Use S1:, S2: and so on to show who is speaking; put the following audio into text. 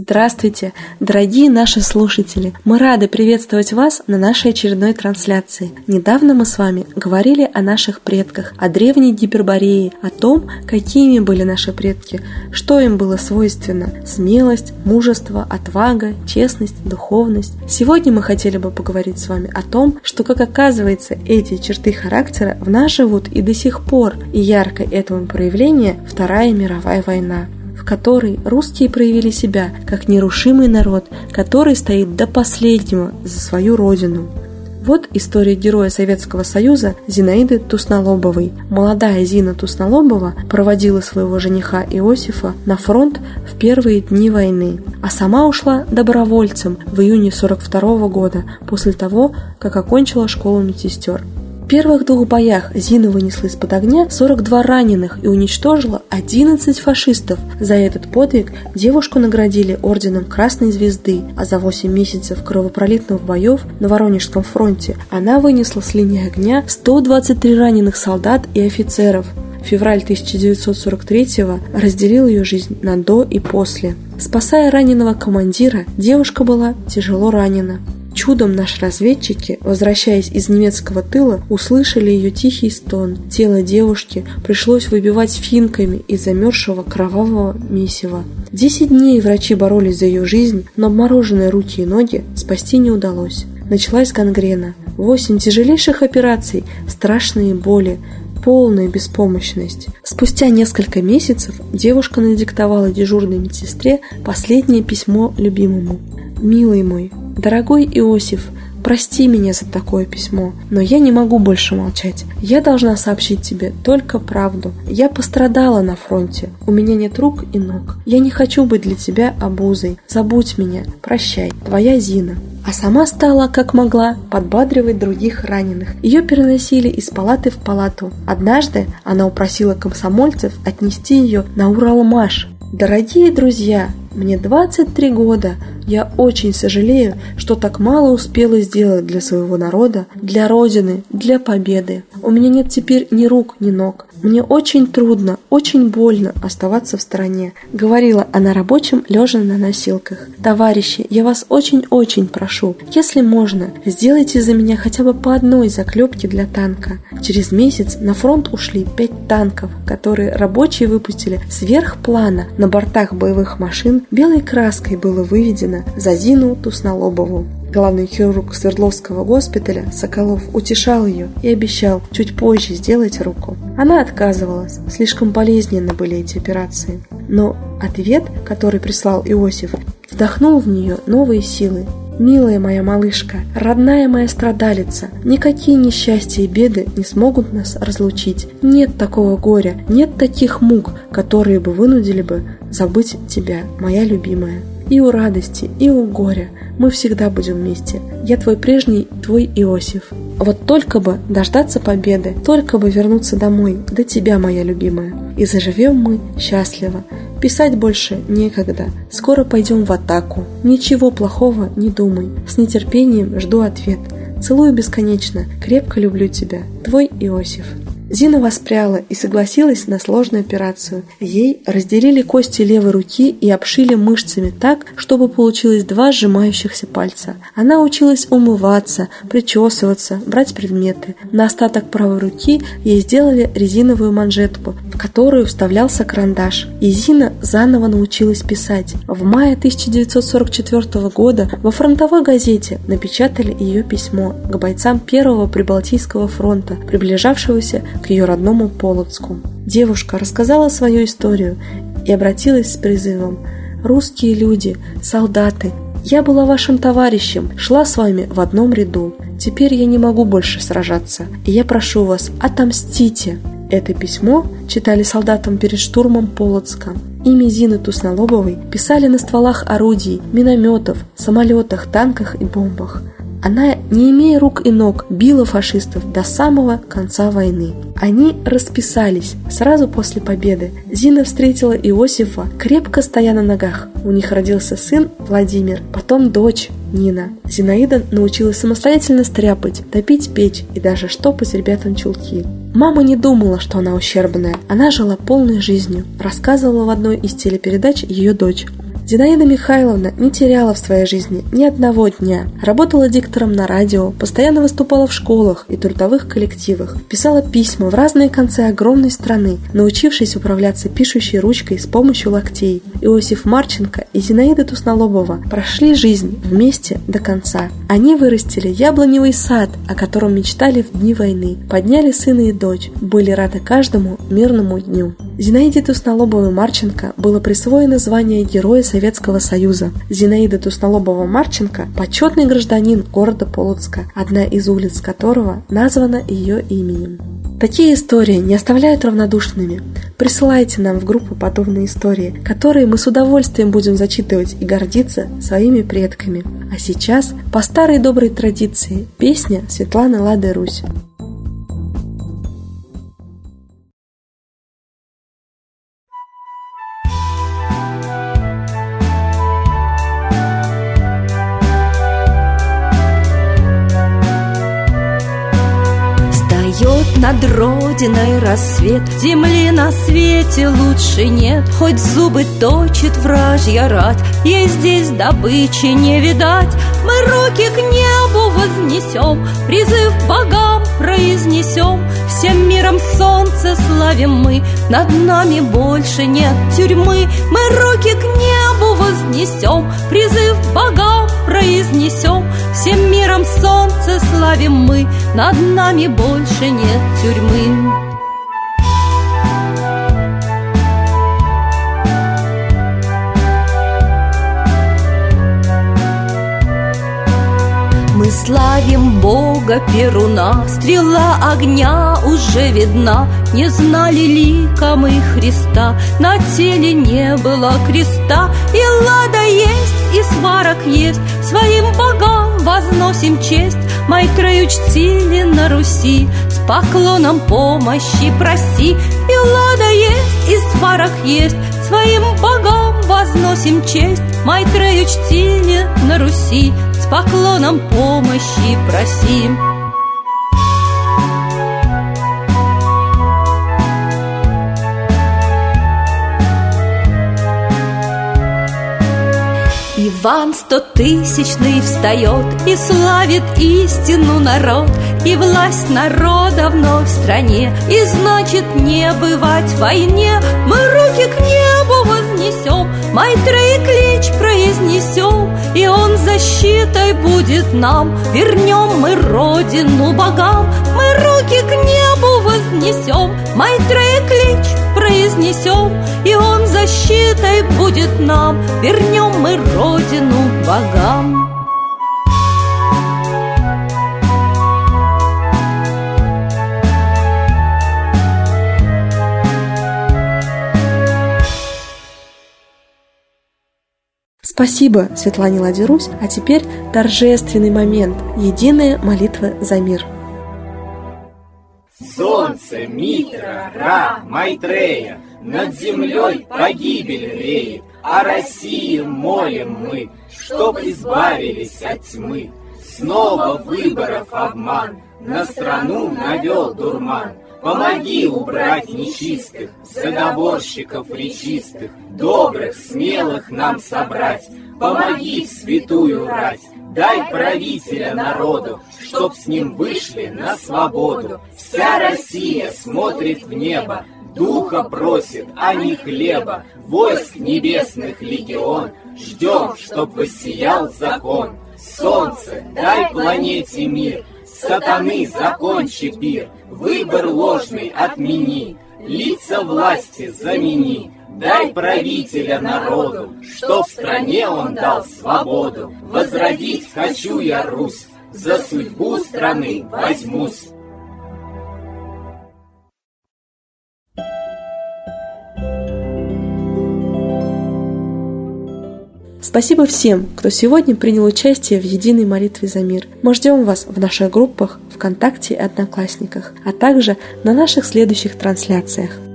S1: Здравствуйте, дорогие наши слушатели! Мы рады приветствовать вас на нашей очередной трансляции. Недавно мы с вами говорили о наших предках, о древней Гипербореи, о том, какими были наши предки, что им было свойственно – смелость, мужество, отвага, честность, духовность. Сегодня мы хотели бы поговорить с вами о том, что, как оказывается, эти черты характера в нас живут и до сих пор, и яркое этому проявление – Вторая мировая война, в которой русские проявили себя как нерушимый народ, который стоит до последнего за свою родину. Вот история героя Советского Союза Зинаиды Туснолобовой. Молодая Зина Туснолобова проводила своего жениха Иосифа на фронт в первые дни войны, а сама ушла добровольцем в июне 1942 года, после того, как окончила школу медсестер. В первых двух боях Зина вынесла из-под огня 42 раненых и уничтожила 11 фашистов. За этот подвиг девушку наградили орденом Красной Звезды, а за 8 месяцев кровопролитных боев на Воронежском фронте она вынесла с линии огня 123 раненых солдат и офицеров. Февраль 1943-го разделил ее жизнь на до и после. Спасая раненого командира, девушка была тяжело ранена. Чудом наши разведчики, возвращаясь из немецкого тыла, услышали ее тихий стон. Тело девушки пришлось выбивать финками из замерзшего кровавого месива. 10 дней врачи боролись за ее жизнь, но обмороженные руки и ноги спасти не удалось. Началась гангрена. 8 тяжелейших операций, страшные боли, полная беспомощность. Спустя несколько месяцев девушка надиктовала дежурной медсестре последнее письмо любимому. «Милый мой, дорогой Иосиф, прости меня за такое письмо, но я не могу больше молчать. Я должна сообщить тебе только правду. Я пострадала на фронте. У меня нет рук и ног. Я не хочу быть для тебя обузой. Забудь меня. Прощай. Твоя Зина». А сама стала, как могла, подбадривать других раненых. Ее переносили из палаты в палату. Однажды она упросила комсомольцев отнести ее на Уралмаш. «Дорогие друзья, мне 23 года. Я очень сожалею, что так мало успела сделать для своего народа, для Родины, для победы. У меня нет теперь ни рук, ни ног. Мне очень трудно, очень больно оставаться в стороне», — говорила она рабочим, лежа на носилках. «Товарищи, я вас очень-очень прошу, если можно, сделайте за меня хотя бы по одной заклепке для танка». Через месяц на фронт ушли 5 танков, которые рабочие выпустили сверх плана. На бортах боевых машин белой краской было выведено за Зину Туснолобову. Главный хирург Свердловского госпиталя Соколов утешал ее и обещал чуть позже сделать руку. Она отказывалась, слишком болезненно были эти операции. Но ответ, который прислал Иосиф, вдохнул в нее новые силы. «Милая моя малышка, родная моя страдалица, никакие несчастья и беды не смогут нас разлучить. Нет такого горя, нет таких мук, которые бы вынудили бы забыть тебя, моя любимая. И у радости, и у горя мы всегда будем вместе. Я твой прежний, твой Иосиф. Вот только бы дождаться победы, только бы вернуться домой, до тебя, моя любимая. И заживем мы счастливо. Писать больше некогда. Скоро пойдем в атаку. Ничего плохого не думай. С нетерпением жду ответ. Целую бесконечно. Крепко люблю тебя. Твой Иосиф». Зина воспряла и согласилась на сложную операцию. Ей разделили кости левой руки и обшили мышцами так, чтобы получилось 2 сжимающихся пальца. Она училась умываться, причесываться, брать предметы. На остаток правой руки ей сделали резиновую манжетку, в которую вставлялся карандаш. И Зина заново научилась писать. В мае 1944 года во фронтовой газете напечатали ее письмо к бойцам Первого Прибалтийского фронта, приближавшегося к ее родному Полоцку. Девушка рассказала свою историю и обратилась с призывом: «Русские люди, солдаты, я была вашим товарищем, шла с вами в одном ряду. Теперь я не могу больше сражаться, и я прошу вас, отомстите». Это письмо читали солдатам перед штурмом Полоцка. Имя Зины Туснолобовой писали на стволах орудий, минометов, самолетах, танках и бомбах. Она, не имея рук и ног, била фашистов до самого конца войны. Они расписались сразу после победы. Зина встретила Иосифа, крепко стоя на ногах. У них родился сын Владимир, потом дочь Нина. Зинаида научилась самостоятельно стряпать, топить печь и даже штопать ребятам чулки. Мама не думала, что она ущербная. Она жила полной жизнью, рассказывала в одной из телепередач ее дочь. Зинаида Михайловна не теряла в своей жизни ни одного дня. Работала диктором на радио, постоянно выступала в школах и трудовых коллективах, писала письма в разные концы огромной страны, научившись управляться пишущей ручкой с помощью локтей. Иосиф Марченко и Зинаида Туснолобова прошли жизнь вместе до конца. Они вырастили яблоневый сад, о котором мечтали в дни войны, подняли сына и дочь, были рады каждому мирному дню. Зинаиде Туснолобовой Марченко было присвоено звание Героя Советского Союза. Зинаида Туснолобова Марченко – почетный гражданин города Полоцка, одна из улиц которого названа ее именем. Такие истории не оставляют равнодушными. Присылайте нам в группу подобные истории, которые мы с удовольствием будем зачитывать и гордиться своими предками. А сейчас, по старой доброй традиции, песня Светланы Лады Русь.
S2: Над родиной рассвет, земли на свете лучше нет. Хоть зубы точит вражья рать, ей здесь добычи не видать. Мы руки к небу вознесем, призыв богам произнесем. Всем миром солнце славим мы, над нами больше нет тюрьмы. Мы руки к небу вознесем, призыв богам произнесем. Всем миром солнце славим мы, над нами больше нет тюрьмы. Мы славим Бога Перуна, стрела огня уже видна. Не знали лика мы Христа, на теле не было креста. И лада есть, и сварок есть, своим богам возносим честь. Майтрею чтили на Руси, с поклоном помощи проси. И лада есть, и сварок есть, своим богам возносим честь. Майтрею чтили на Руси, с поклоном помощи просим. Иван Стотысячный встает и славит истину народ, и власть народа вновь в стране, и значит не бывать в войне. Мы руки к небу вознесем, Майтреи клич произнесем, и он защитой будет нам. Вернем мы родину богам, мы руки к небу вознесем, Майтреи клич произнесем, и он защитой будет нам. Вернем мы родину богам.
S1: Спасибо Светлане Ладе Русь, а теперь торжественный момент – единая молитва за мир.
S3: Солнце, Митра, Ра, Майтрея, над землей погибель реет, о России молим мы, чтоб избавились от тьмы. Снова выборов обман, на страну навел дурман. Помоги убрать нечистых, заговорщиков речистых, добрых, смелых нам собрать. Помоги в святую рать, дай правителя народу, чтоб с ним вышли на свободу. Вся Россия смотрит в небо, духа просит, а не хлеба. Войск небесных легион, ждем, чтоб воссиял закон. Солнце, дай планете мир, сатаны закончи пир, выбор ложный отмени, лица власти замени. Дай правителя народу, что в стране он дал свободу. Возродить хочу я Русь, за судьбу страны возьмусь.
S1: Спасибо всем, кто сегодня принял участие в единой молитве за мир. Мы ждем вас в наших группах ВКонтакте и Одноклассниках, а также на наших следующих трансляциях.